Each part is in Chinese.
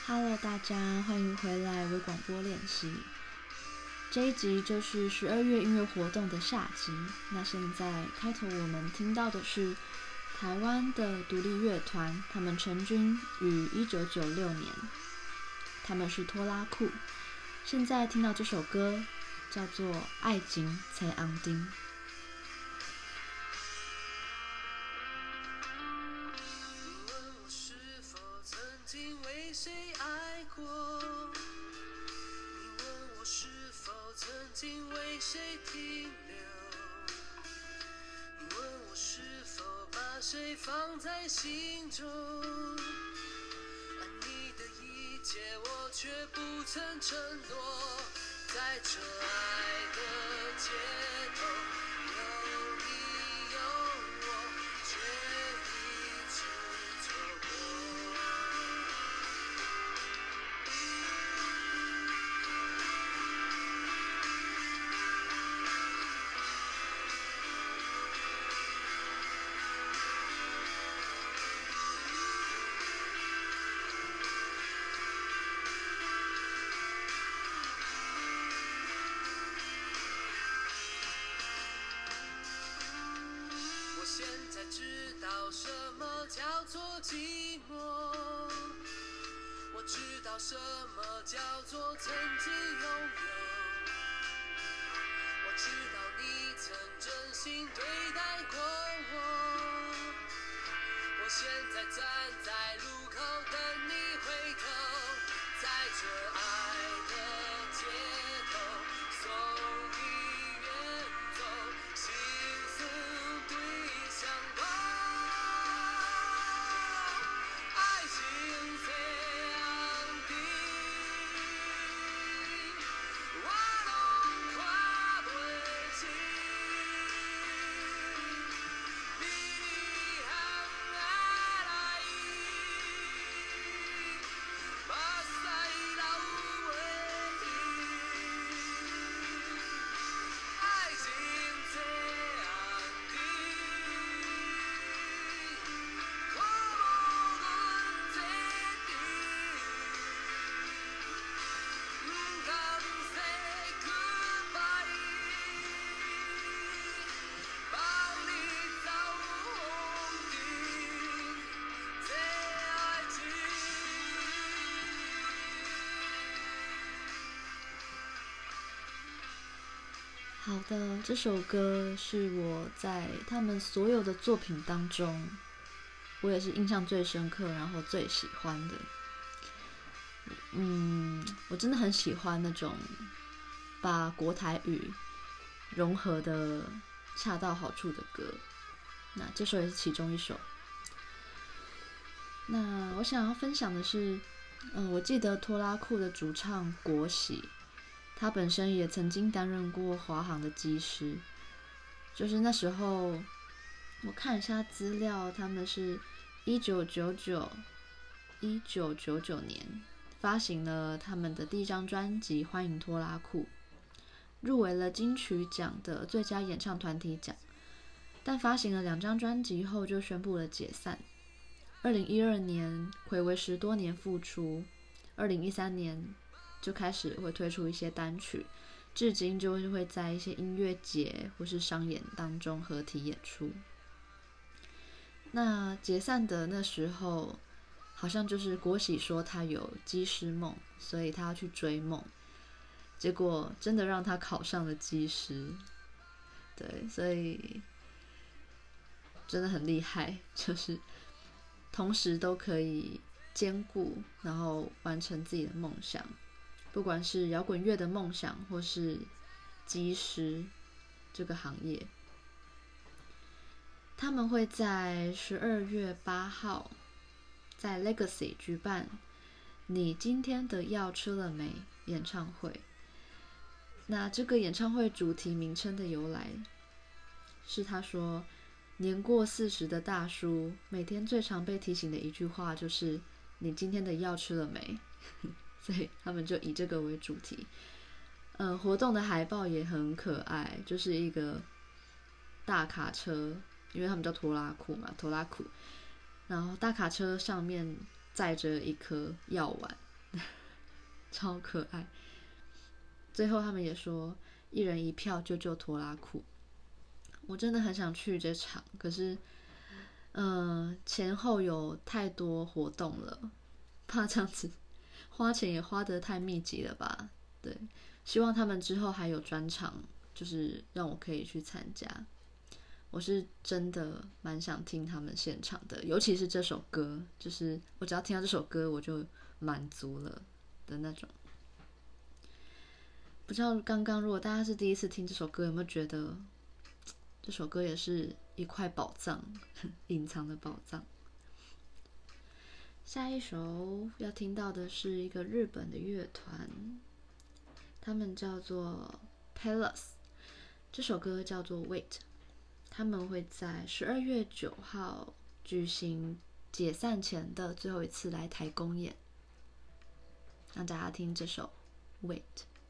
Hello，大家欢迎回来微广播练习。这一集就是12月音乐活动的下集。那现在开头我们听到的是台湾的独立乐团，他们成军于1996年，他们是拖拉库。现在听到这首歌叫做《爱情才红灯》。 谁放在心中？你的一切我却不曾承诺，在这爱的街头，有你有我，却一直错过。现在知道什么叫做寂寞，我知道什么叫做曾经拥有，我知道你曾真心对待过我，我现在站在路口等你回头，在这爱的街头送你远走，心思对相逢，爱情这样的我拢看不清，比你还来目屎流袂停，爱情这样的可无阮这阵不甘 say goodbye， 放你走风景，这爱情。 好的，这首歌是我在他们所有的作品当中，我也是印象最深刻，然后最喜欢的。我真的很喜欢那种把国台语融合的恰到好处的歌。那这首也是其中一首。那我想要分享的是，我记得拖拉库的主唱国喜，他本身也曾经担任过华航的机师，就是那时候我看一下资料，他们是1999年发行了他们的第一张专辑《欢迎拖拉库》，入围了金曲奖的最佳演唱团体奖，但发行了2张专辑后就宣布了解散。2012年睽违10多年复出，2013年就开始会推出一些单曲，至今就会在一些音乐节或是商演当中合体演出。那解散的那时候，好像就是国喜说他有机师梦，所以他要去追梦，结果真的让他考上了机师。对，所以真的很厉害，就是同时都可以兼顾，然后完成自己的梦想，不管是摇滚乐的梦想，或是机师这个行业。他们会在12月8号在 Legacy 举办你今天的药吃了没演唱会。那这个演唱会主题名称的由来是他说，年过40的大叔每天最常被提醒的一句话就是你今天的药吃了没所以他们就以这个为主题。活动的海报也很可爱，就是一个大卡车，因为他们叫拖拉库嘛，拖拉库，然后大卡车上面载着一颗药丸， 超可爱。最后他们也说一人一票救救拖拉库。我真的很想去这场，可是前后有太多活动了，怕这样子花钱也花得太密集了吧。对，希望他们之后还有专场，就是让我可以去参加。我是真的蛮想听他们现场的，尤其是这首歌，就是我只要听到这首歌我就满足了的那种。不知道刚刚如果大家是第一次听这首歌，有没有觉得这首歌也是一块宝藏，隐藏的宝藏。下一首要听到的是一个日本的乐团，他们叫做 Palace， 这首歌叫做 Wait。 他们会在12月9号举行解散前的最后一次来台公演，让大家听这首 Wait。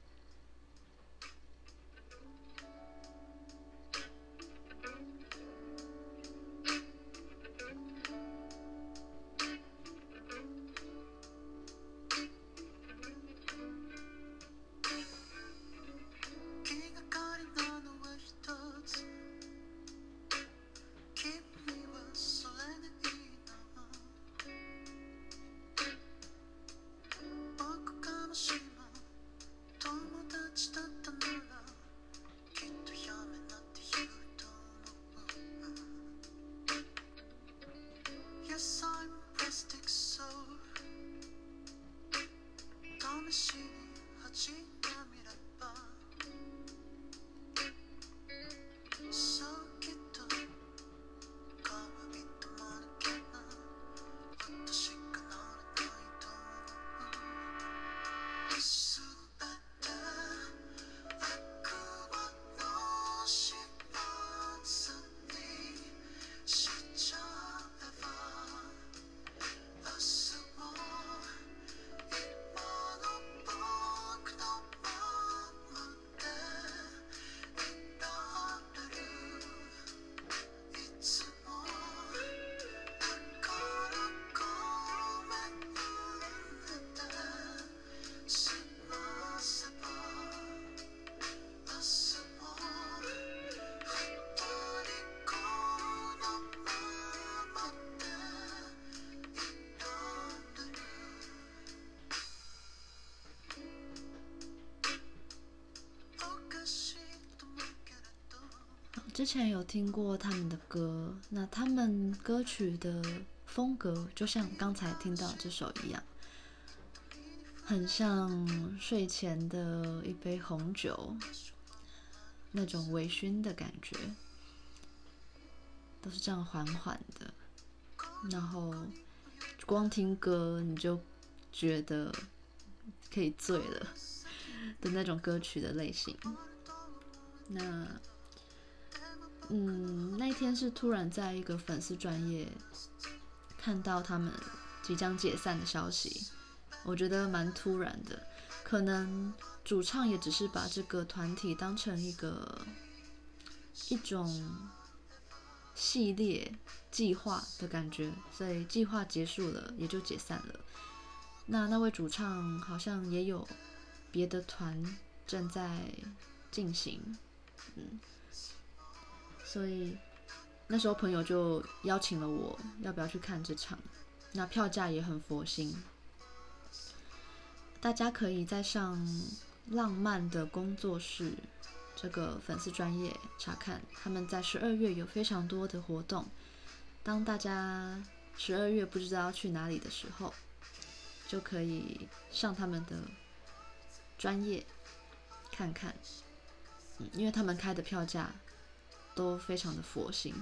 之前有听过他们的歌，那他们歌曲的风格就像刚才听到这首一样，很像睡前的一杯红酒，那种微醺的感觉，都是这样缓缓的，然后光听歌你就觉得可以醉了的那种歌曲的类型。那一天是突然在一个粉丝专页看到他们即将解散的消息，我觉得蛮突然的，可能主唱也只是把这个团体当成一种系列计划的感觉，所以计划结束了也就解散了。那位主唱好像也有别的团正在进行，所以那时候朋友就邀请了我，要不要去看这场？那票价也很佛心，大家可以在上浪漫的工作室这个粉丝专页查看，他们在12月有非常多的活动。当大家12月不知道要去哪里的时候，就可以上他们的专页看看，因为他们开的票价都非常的佛心。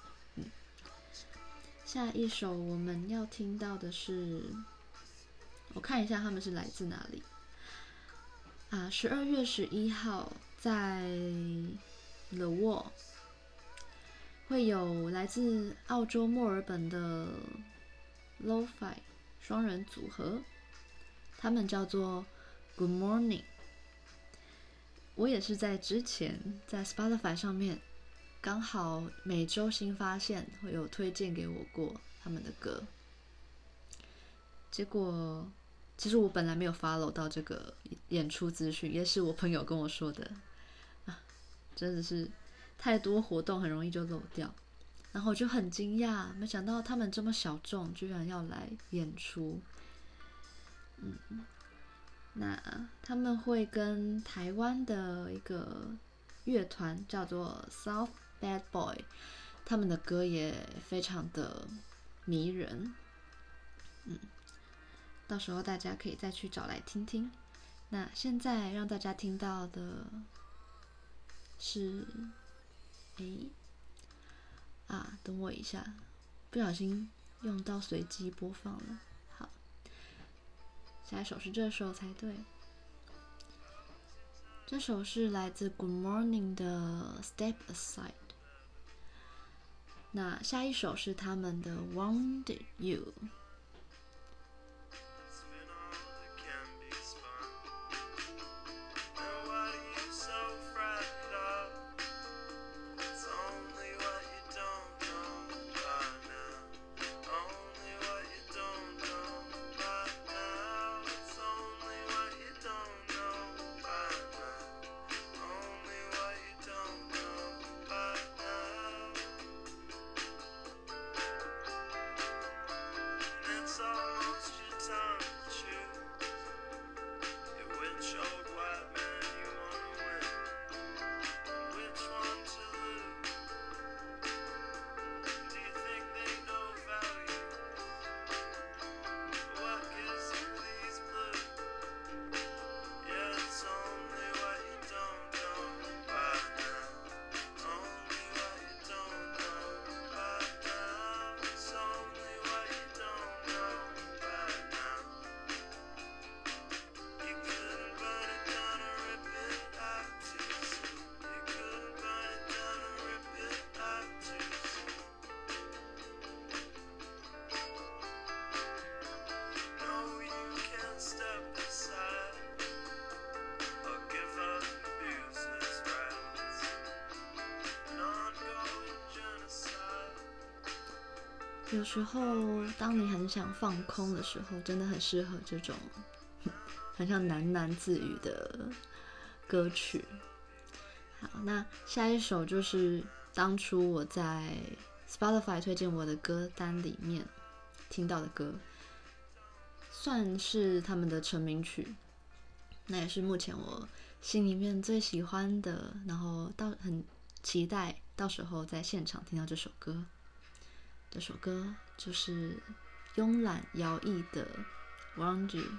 下一首我们要听到的是，我看一下他们是来自哪里啊？12月11号在 The Wall 会有来自澳洲墨尔本的 Lo-Fi 双人组合，他们叫做 Good Morning。我也是在之前在 Spotify 上面刚好每周新发现会有推荐给我过他们的歌，结果其实我本来没有 follow 到这个演出资讯，也是我朋友跟我说的啊，真的是太多活动很容易就漏掉。然后我就很惊讶，没想到他们这么小众，居然要来演出。那他们会跟台湾的一个乐团叫做 South Bad Boy， 他们的歌也非常的迷人。到时候大家可以再去找来听听。那现在让大家听到的是，等我一下，不小心用到随机播放了。好，下一首是这首才对。这首是来自 Good Morning 的 Step Aside。那下一首是他们的 Wounded You。有时候，当你很想放空的时候，真的很适合这种很像喃喃自语的歌曲。好，那下一首就是当初我在 Spotify 推荐我的歌单里面听到的歌，算是他们的成名曲，那也是目前我心里面最喜欢的，然后很期待到时候在现场听到这首歌。这首歌就是慵懒摇曳的 Wounded You。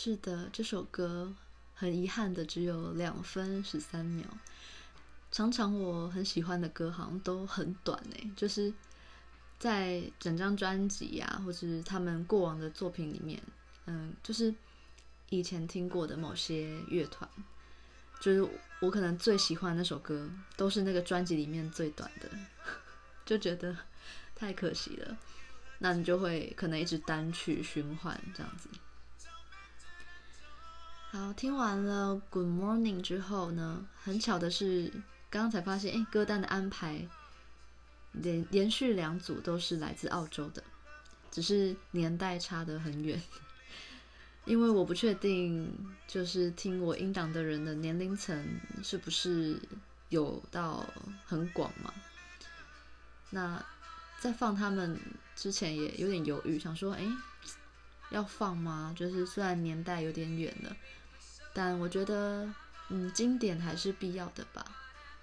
是的，这首歌很遗憾的只有2分13秒。常常我很喜欢的歌好像都很短就是在整张专辑啊，或是他们过往的作品里面，就是以前听过的某些乐团，就是我可能最喜欢的那首歌，都是那个专辑里面最短的，就觉得太可惜了。那你就会可能一直单曲循环这样子。好，听完了 Good Morning 之后呢，很巧的是，刚刚才发现，歌单的安排连续2组都是来自澳洲的，只是年代差得很远。因为我不确定，就是听我音档的人的年龄层是不是有到很广嘛？那在放他们之前也有点犹豫，想说，要放吗？就是虽然年代有点远了，但我觉得，经典还是必要的吧。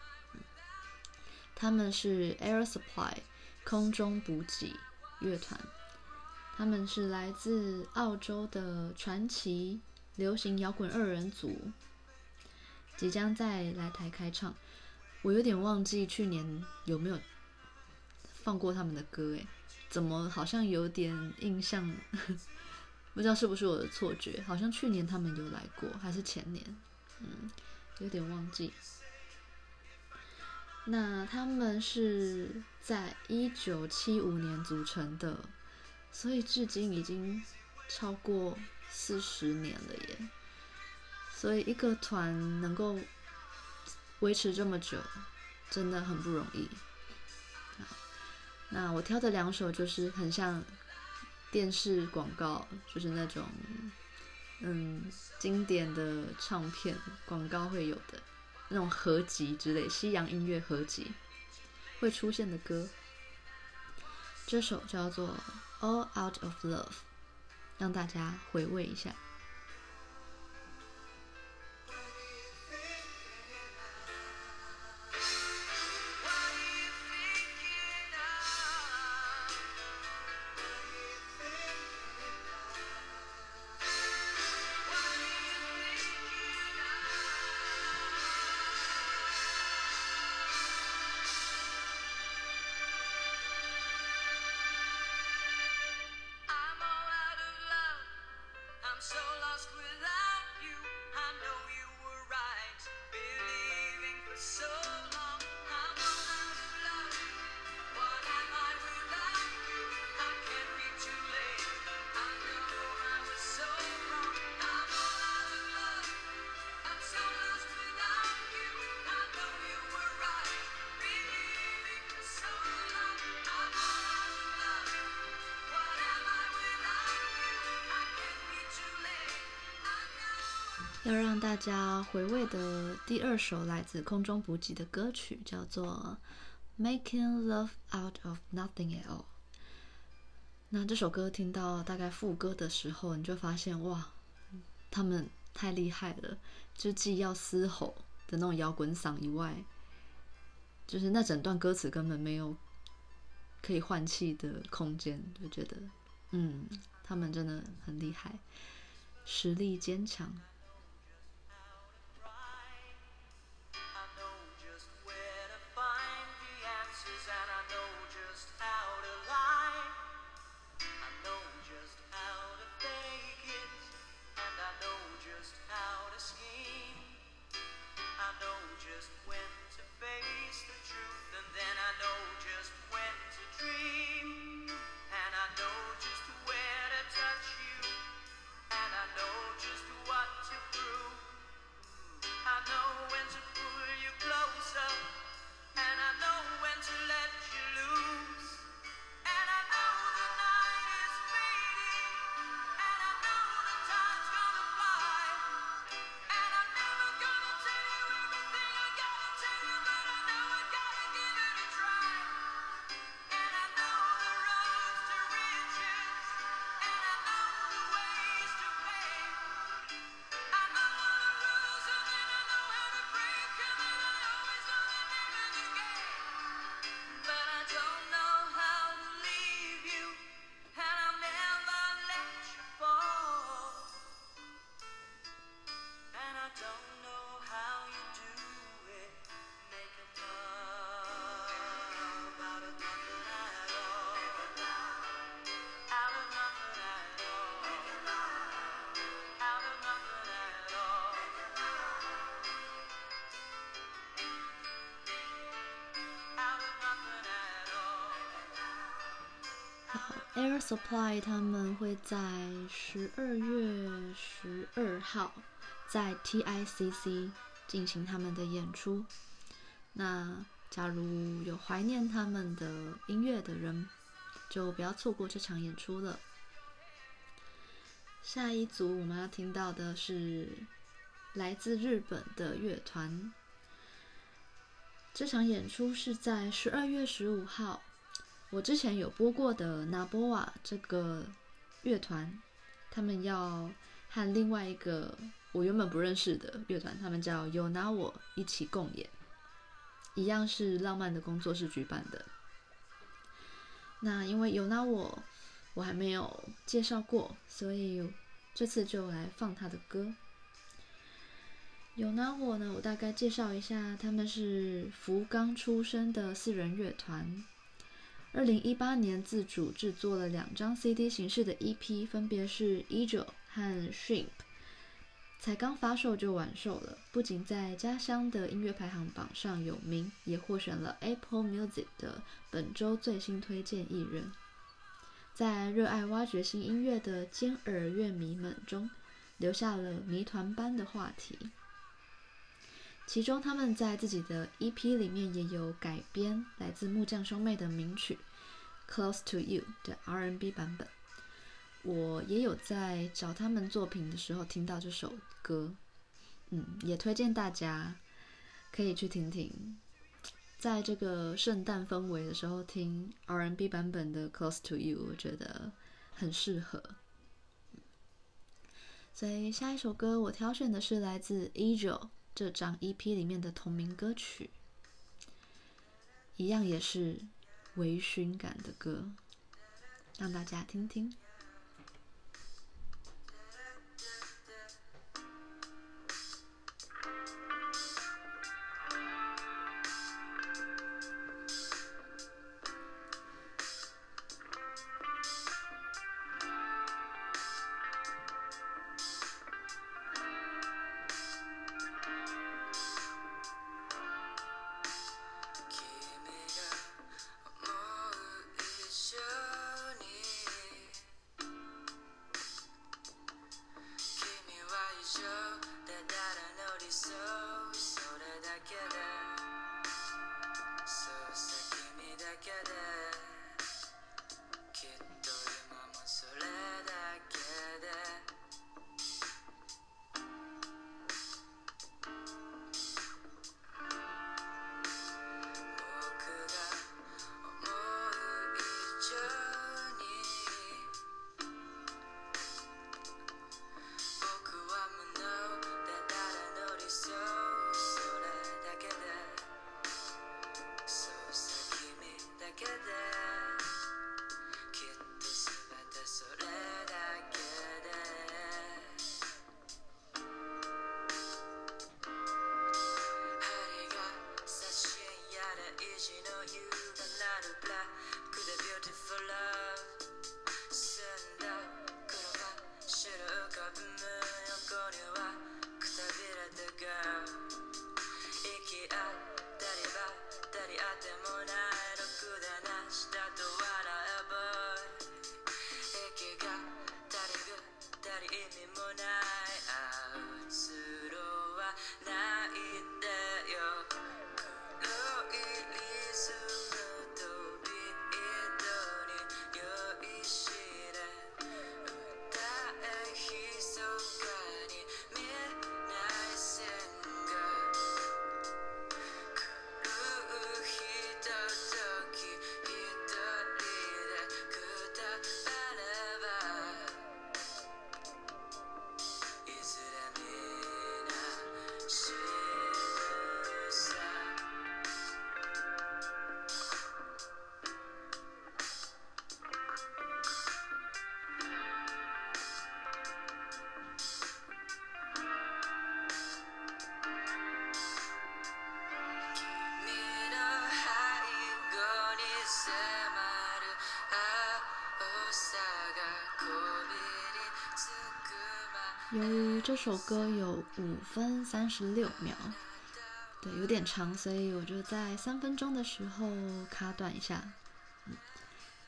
他们是 Air Supply 空中补给乐团。他们是来自澳洲的传奇流行摇滚2人组，即将再来台开唱。我有点忘记去年有没有放过他们的歌怎么好像有点印象不知道是不是我的错觉，好像去年他们有来过，还是前年，有点忘记。那他们是在1975年组成的，所以至今已经超过40年了耶。所以一个团能够维持这么久，真的很不容易。那我挑的2首就是很像电视广告，就是那种经典的唱片广告会有的那种合集之类，西洋音乐合集会出现的歌。这首叫做 All Out of Love， 让大家回味一下。要让大家回味的第2首来自空中补给的歌曲叫做 Making Love Out of Nothing at All。 那这首歌听到大概副歌的时候，你就发现哇，他们太厉害了，就既要嘶吼的那种摇滚嗓以外，就是那整段歌词根本没有可以换气的空间，就觉得他们真的很厉害，实力坚强。 Gonna tell you everything I gotta tell Air Supply 他们会在12月12号在 TICC 进行他们的演出。那假如有怀念他们的音乐的人，就不要错过这场演出了。下一组我们要听到的是来自日本的乐团。这场演出是在12月15号。我之前有播过的 Naboa 这个乐团，他们要和另外一个我原本不认识的乐团，他们叫 Yonawo 一起共演，一样是浪漫的工作室举办的。那因为 Yonawo 我还没有介绍过，所以这次就来放他的歌。Yonawo 呢，我大概介绍一下，他们是福冈出身的4人乐团。2018年自主制作了2张 CD 形式的 EP， 分别是 Ejo 和 Shrimp， 才刚发售就完售了，不仅在家乡的音乐排行榜上有名，也获选了 Apple Music 的本周最新推荐艺人。在热爱挖掘新音乐的尖耳乐迷们中，留下了谜团般的话题。其中他们在自己的 EP 里面也有改编来自木匠兄妹的名曲 Close to You 的 R&B 版本。我也有在找他们作品的时候听到这首歌，也推荐大家可以去听听。在这个圣诞氛围的时候听 R&B 版本的 Close to You， 我觉得很适合。所以下一首歌我挑选的是来自 Ejo这张 EP 里面的同名歌曲，一样也是微醺感的歌，让大家听听。由于这首歌有5分36秒，对，有点长，所以我就在3分钟的时候卡短一下。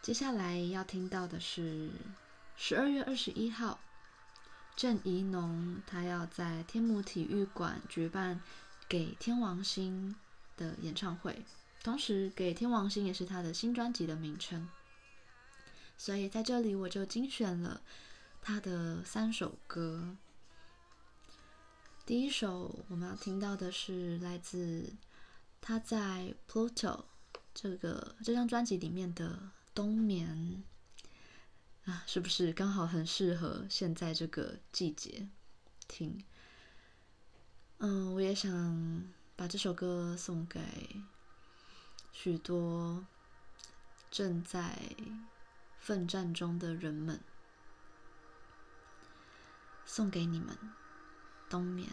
接下来要听到的是12月21号，郑宜农他要在天母体育馆举办给天王星的演唱会，同时给天王星也是他的新专辑的名称，所以在这里我就精选了他的3首歌。第一首我们要听到的是来自他在 Pluto 这张专辑里面的冬眠啊，是不是刚好很适合现在这个季节听？我也想把这首歌送给许多正在奋战中的人们，送给你们冬眠。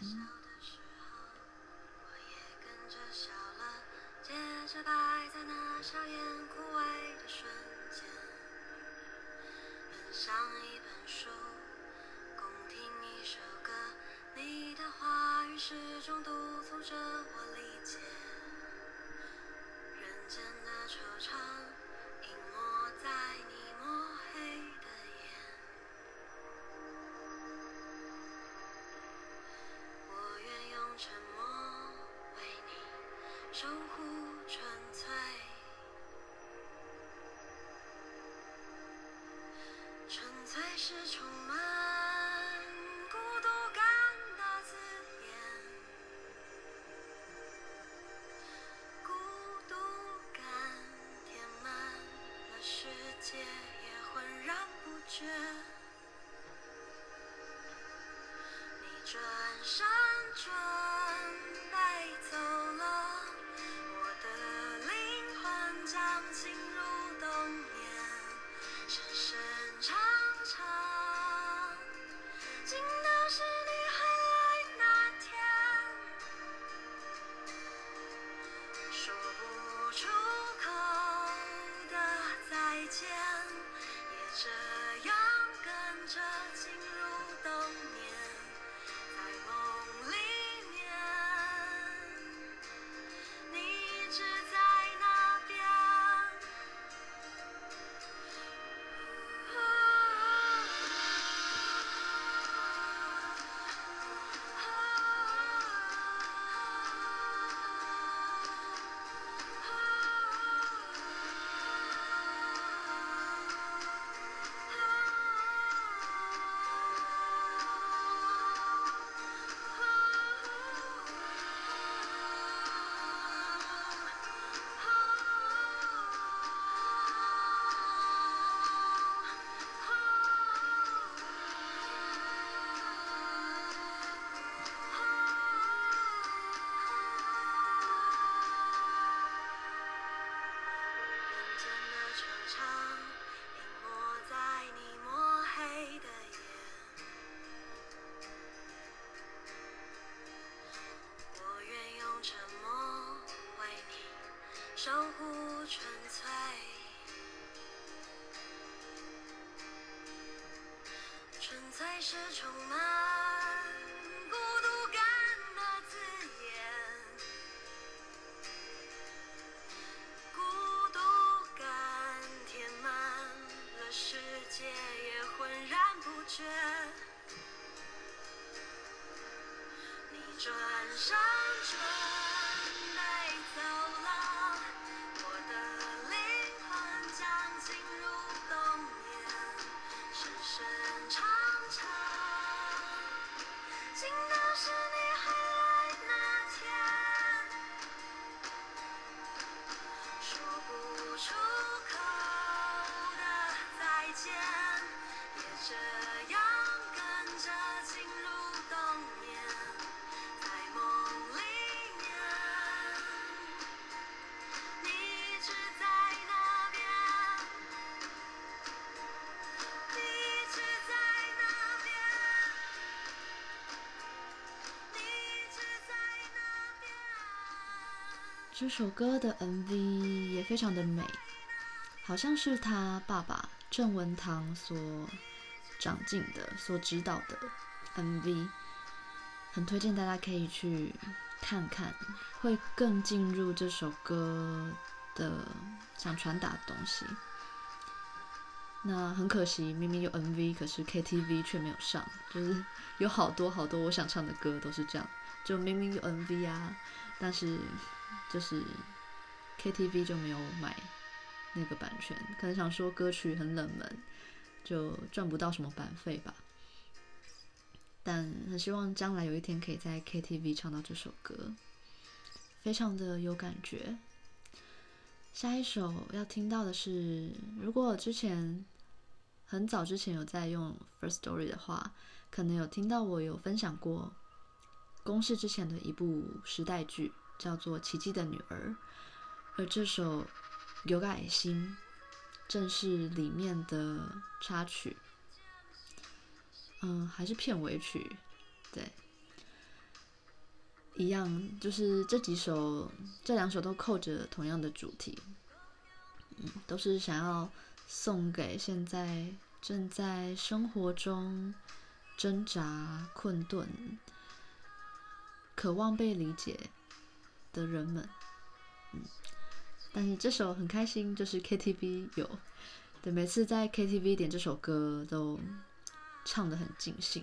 接着摆在那笑颜枯萎的瞬间，很像一本书，共听一首歌，你的话语始终督促着我理解，人间的惆怅隐没在你抹黑的眼，我愿用沉默为你守护纯粹，纯粹是充满孤独感的字眼，孤独感填满了世界，也浑然不觉，你转身准备走了，我的灵魂将进入冬眠，深深长长，竟都是你回来那天，说不出口的再见，也这样跟着进入冬眠，在梦里面，你一直在那边。人间的惆怅隐没在你抹黑的眼，我愿用沉默为你守护纯粹，纯粹是充满孤独感的字眼，孤独感填满了世界，也浑然不觉，你转身准备走了，我的灵魂将进入冬眠，深深长长，竟都是你回来那天，说不出口的再见，也这样跟着进入冬眠，在梦里面，你一直在那边，你一直在那边，你一直在那边。 这首歌的 MV 也非常的美，好像是他爸爸郑文堂所长进的、所指导的 MV， 很推荐大家可以去看看，会更进入这首歌的想传达的东西。 那很可惜，明明有 MV， 可是 KTV 却没有上，就是有好多好多我想唱的歌都是这样，就明明有 MV 啊，但是就是 KTV 就没有买那个版权，可能想说歌曲很冷门，就赚不到什么版费吧。但很希望将来有一天可以在 KTV 唱到这首歌，非常的有感觉。下一首要听到的是，如果之前很早之前有在用 First Story 的话，可能有听到我有分享过公视之前的一部时代剧，叫做《奇迹的女儿》，而这首《有个爱心》正是里面的插曲。还是片尾曲，对，一样，就是这两首都扣着同样的主题，都是想要送给现在正在生活中挣扎、困顿、渴望被理解的人们。但是这首很开心，就是 KTV 有，对，每次在 KTV 点这首歌都唱得很尽兴，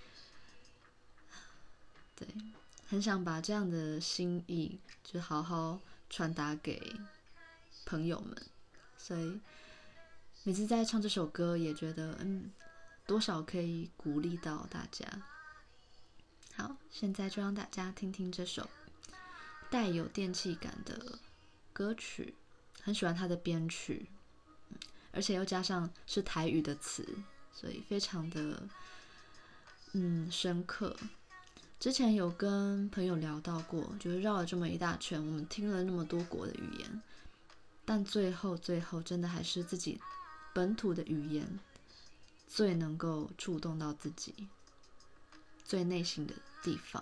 对，很想把这样的心意就好好传达给朋友们，所以每次在唱这首歌也觉得多少可以鼓励到大家。好，现在就让大家听听这首带有电气感的歌曲，很喜欢它的编曲，而且又加上是台语的词，所以非常的深刻。之前有跟朋友聊到过，就是绕了这么一大圈，我们听了那么多国的语言，但最后真的还是自己本土的语言最能够触动到自己最内心的地方。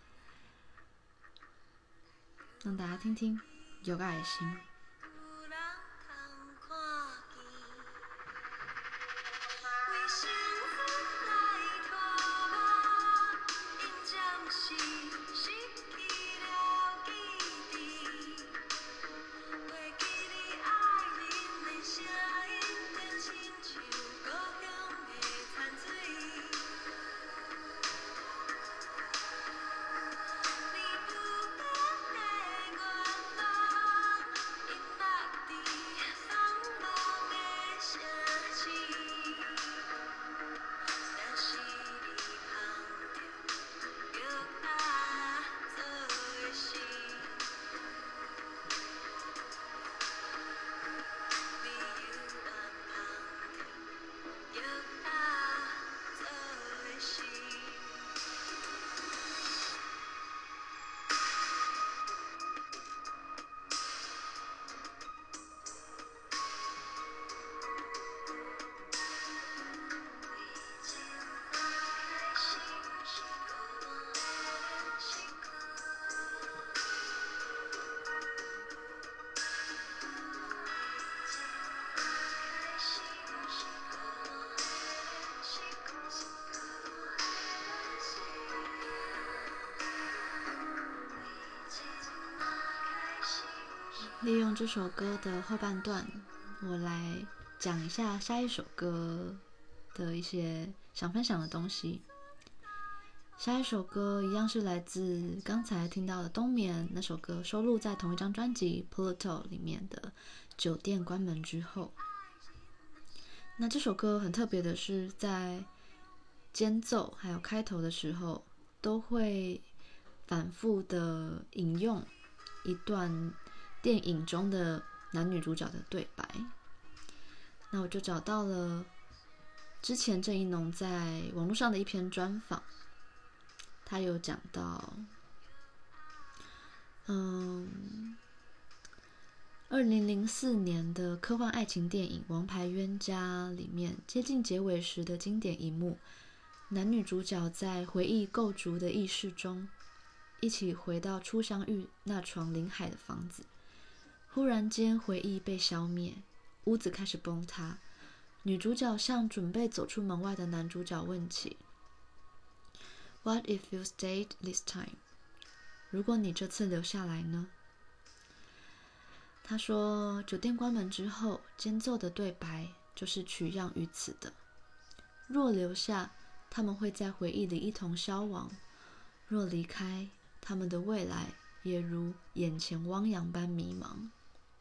让大家听听，有个爱心。利用这首歌的后半段，我来讲一下下一首歌的一些想分享的东西。下一首歌一样是来自刚才听到的冬眠，那首歌收录在同一张专辑 Pluto 里面的酒店关门之后。那这首歌很特别的是，在间奏还有开头的时候都会反复的引用一段电影中的男女主角的对白。那我就找到了之前郑宜农在网络上的一篇专访，他有讲到2004年的科幻爱情电影《王牌冤家》里面接近结尾时的经典一幕，男女主角在回忆构筑的意识中一起回到初相遇那床临海的房子，忽然间回忆被消灭，屋子开始崩塌，女主角向准备走出门外的男主角问起 What if you stayed this time？ 如果你这次留下来呢？他说酒店关门之后间奏的对白就是取样于此的。若留下，他们会在回忆里一同消亡；若离开，他们的未来也如眼前汪洋般迷茫。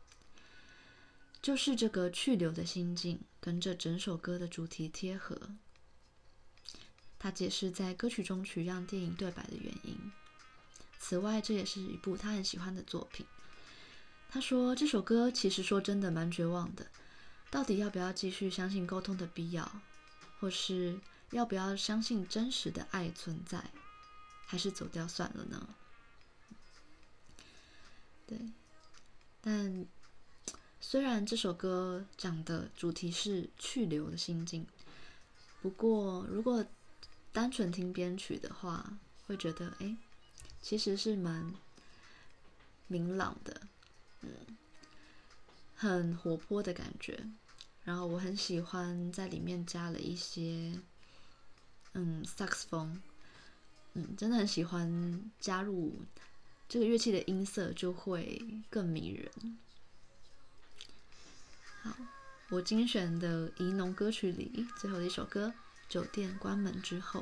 就是这个去留的心境，跟这整首歌的主题贴合。他解释在歌曲中取样电影对白的原因。此外，这也是一部他很喜欢的作品。他说这首歌其实说真的蛮绝望的，到底要不要继续相信沟通的必要，或是要不要相信真实的爱存在，还是走掉算了呢？对，但虽然这首歌讲的主题是去留的心境，不过如果单纯听编曲的话，会觉得其实是蛮明朗的，很活泼的感觉。然后我很喜欢在里面加了一些萨克斯风，真的很喜欢加入这个乐器的音色，就会更迷人。好，我精选的宜农歌曲里最后的一首歌《酒店关门之后》。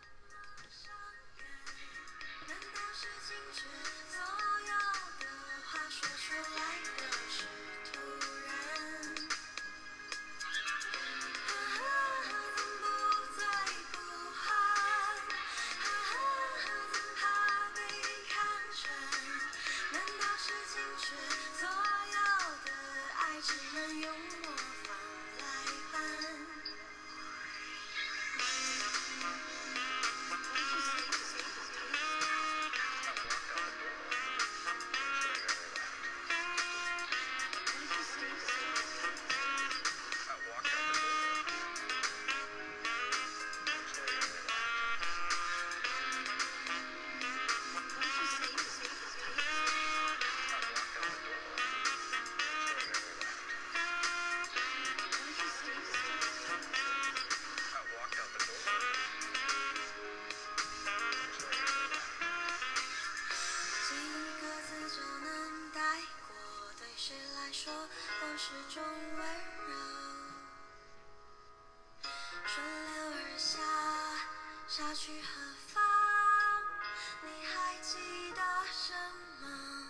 下去何方？你还记得什么？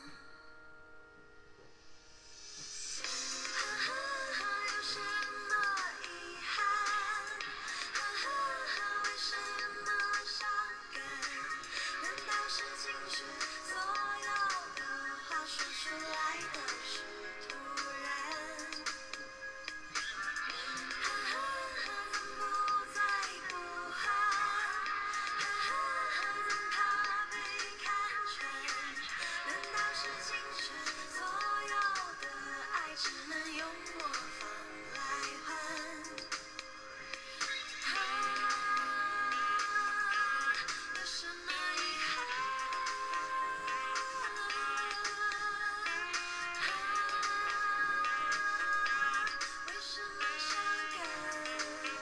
有什么遗憾？为什么伤感？难道是情绪？所有的话说出来的是突然。怎不再不喊？怎怕被看穿？难道是情绪？所有的爱只能用模仿来换。有什么遗憾？为什么伤感？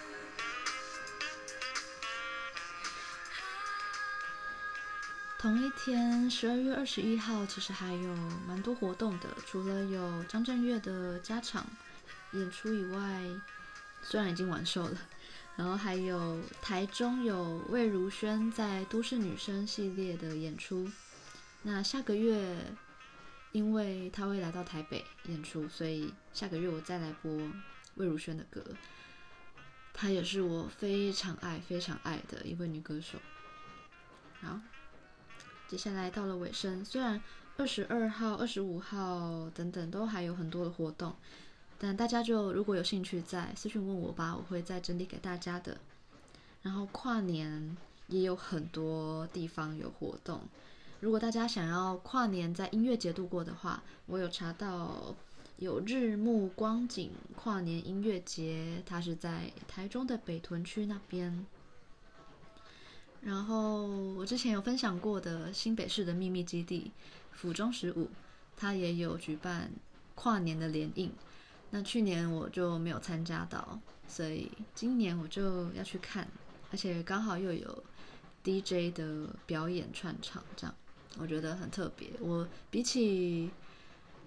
同一天12月21号其实还有蛮多活动的，除了有张震岳的加场演出以外，虽然已经完售了，然后还有台中有魏如萱在都市女生系列的演出。那下个月因为她会来到台北演出，所以下个月我再来播魏如萱的歌。她也是我非常爱非常爱的一位女歌手。好，接下来到了尾声，虽然22号、25号等等都还有很多的活动，但大家就如果有兴趣再私讯问我吧，我会再整理给大家的。然后跨年也有很多地方有活动，如果大家想要跨年在音乐节度过的话，我有查到有日暮光景跨年音乐节，它是在台中的北屯区那边。然后我之前有分享过的新北市的秘密基地府中15，它也有举办跨年的联映。那去年我就没有参加到，所以今年我就要去看，而且刚好又有 DJ 的表演串场，这样我觉得很特别。我比起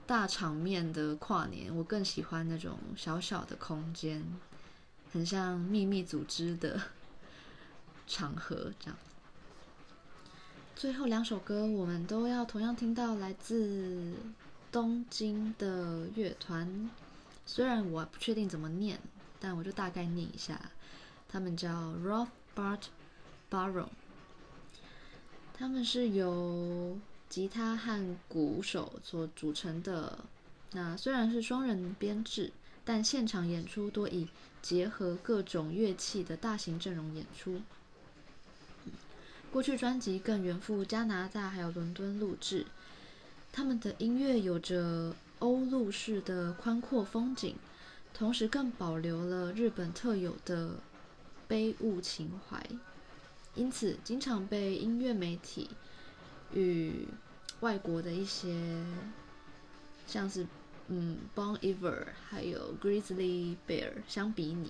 大场面的跨年，我更喜欢那种小小的空间，很像秘密组织的场合这样。最后2首歌我们都要同样听到来自东京的乐团，虽然我不确定怎么念，但我就大概念一下，他们叫 Rothbard Baron， 他们是由吉他和鼓手所组成的，那虽然是双人编制，但现场演出多以结合各种乐器的大型阵容演出。过去专辑更远赴加拿大还有伦敦录制，他们的音乐有着欧陆式的宽阔风景，同时更保留了日本特有的悲物情怀，因此经常被音乐媒体与外国的一些像是Bon Iver 还有 Grizzly Bear 相比拟。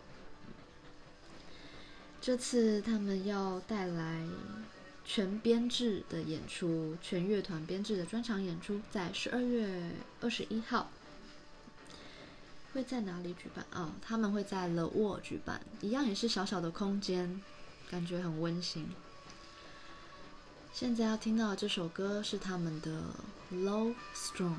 这次他们要带来全编制的演出，全乐团编制的专场演出，在12月21号会在哪里举办？他们会在 The Wall 举办，一样也是小小的空间，感觉很温馨。现在要听到的这首歌是他们的 Low Strong。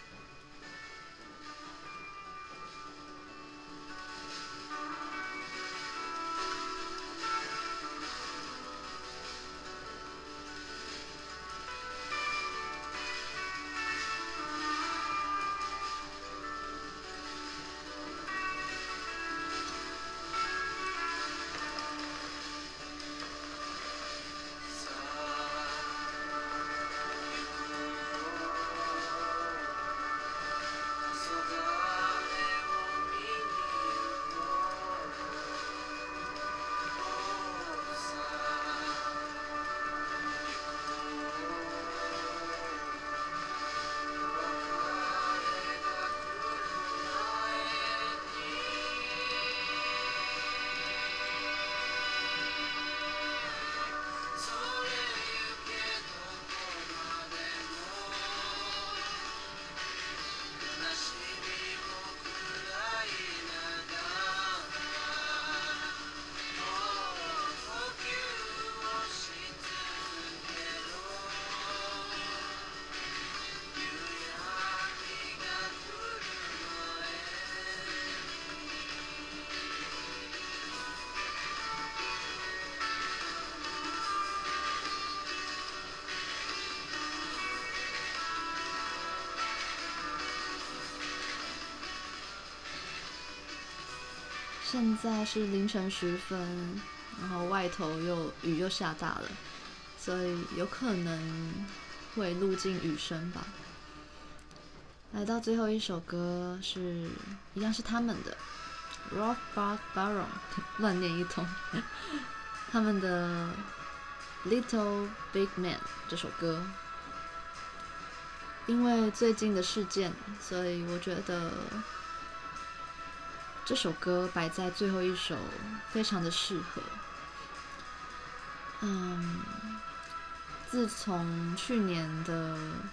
现在是凌晨10分，然后外头雨又下大了，所以有可能会录进雨声吧。来到最后一首歌是一样是他们的 Rothbard Baron 乱念一通他们的 Little Big Man 这首歌，因为最近的事件，所以我觉得这首歌摆在最后一首非常的适合。自从去年的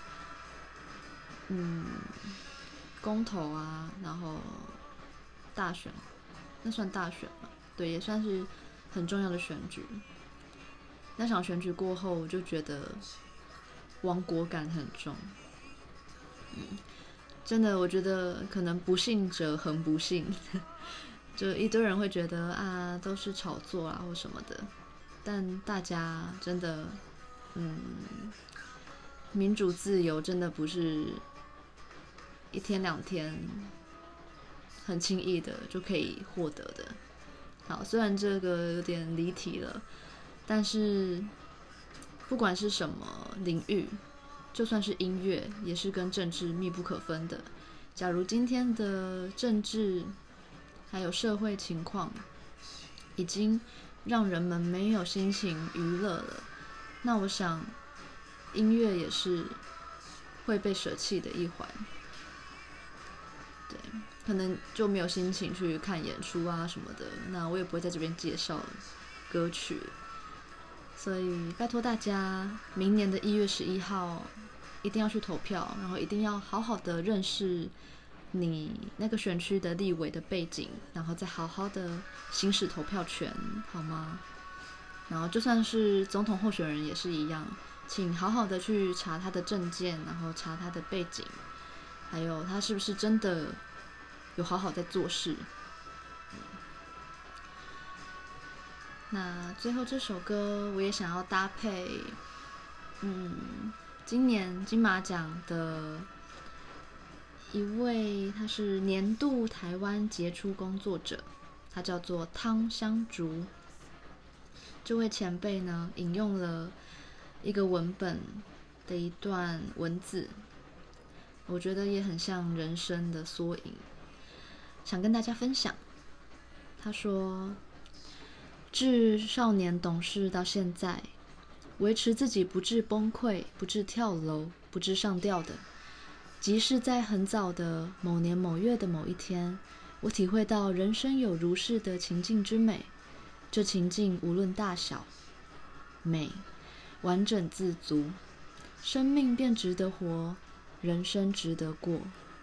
公投啊，然后大选，那算大选吧？对，也算是很重要的选举。那场选举过后，我就觉得亡国感很重。真的，我觉得可能不幸者恒不幸，就一堆人会觉得啊，都是炒作啊或什么的，但大家真的，民主自由真的不是1天2天很轻易的就可以获得的。好，虽然这个有点离题了，但是不管是什么领域，就算是音乐，也是跟政治密不可分的。假如今天的政治还有社会情况已经让人们没有心情娱乐了，那我想音乐也是会被舍弃的一环。对，可能就没有心情去看演出啊什么的，那我也不会在这边介绍歌曲。所以拜托大家，明年的1月11号一定要去投票，然后一定要好好的认识你那个选区的立委的背景，然后再好好的行使投票权，好吗？然后就算是总统候选人也是一样，请好好的去查他的证件，然后查他的背景，还有他是不是真的有好好在做事。那最后这首歌我也想要搭配，今年金马奖的一位，他是年度台湾杰出工作者，他叫做汤香竹。这位前辈呢，引用了一个文本的一段文字，我觉得也很像人生的缩影，想跟大家分享。他说，自少年懂事到现在，维持自己不致崩溃、不致跳楼、不致上吊的，即是在很早的某年某月的某一天，我体会到人生有如是的情境之美。这情境无论大小，美，完整自足，生命便值得活，人生值得过。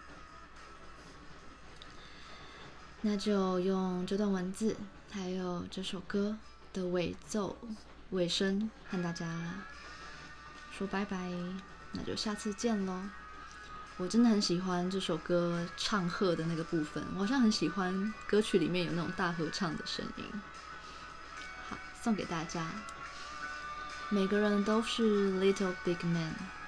那就用这段文字，还有这首歌的尾声，和大家说拜拜。那就下次见咯。我真的很喜欢这首歌唱和的那个部分，我好像很喜欢歌曲里面有那种大合唱的声音。好，送给大家。每个人都是 Little Big Man。